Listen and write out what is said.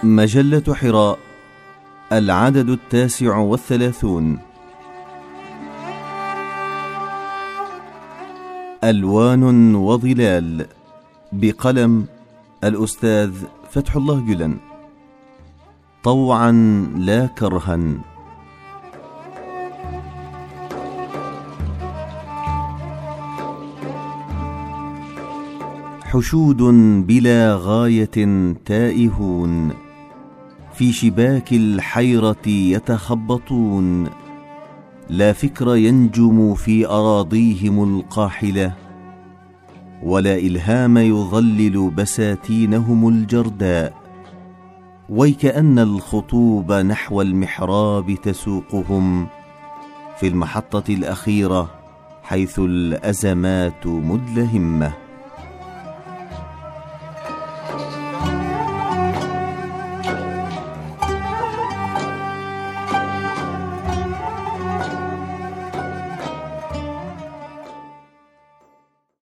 مجلة حراء، العدد 39. ألوان وظلال، بقلم الأستاذ فتح الله جلن. طوعا لا كرها. حشود بلا غاية تائهون، في شباك الحيرة يتخبطون، لا فكر ينجم في أراضيهم القاحلة، ولا إلهام يظلل بساتينهم الجرداء، ويكأن الخطوب نحو المحراب تسوقهم في المحطة الأخيرة، حيث الأزمات مدلهمة.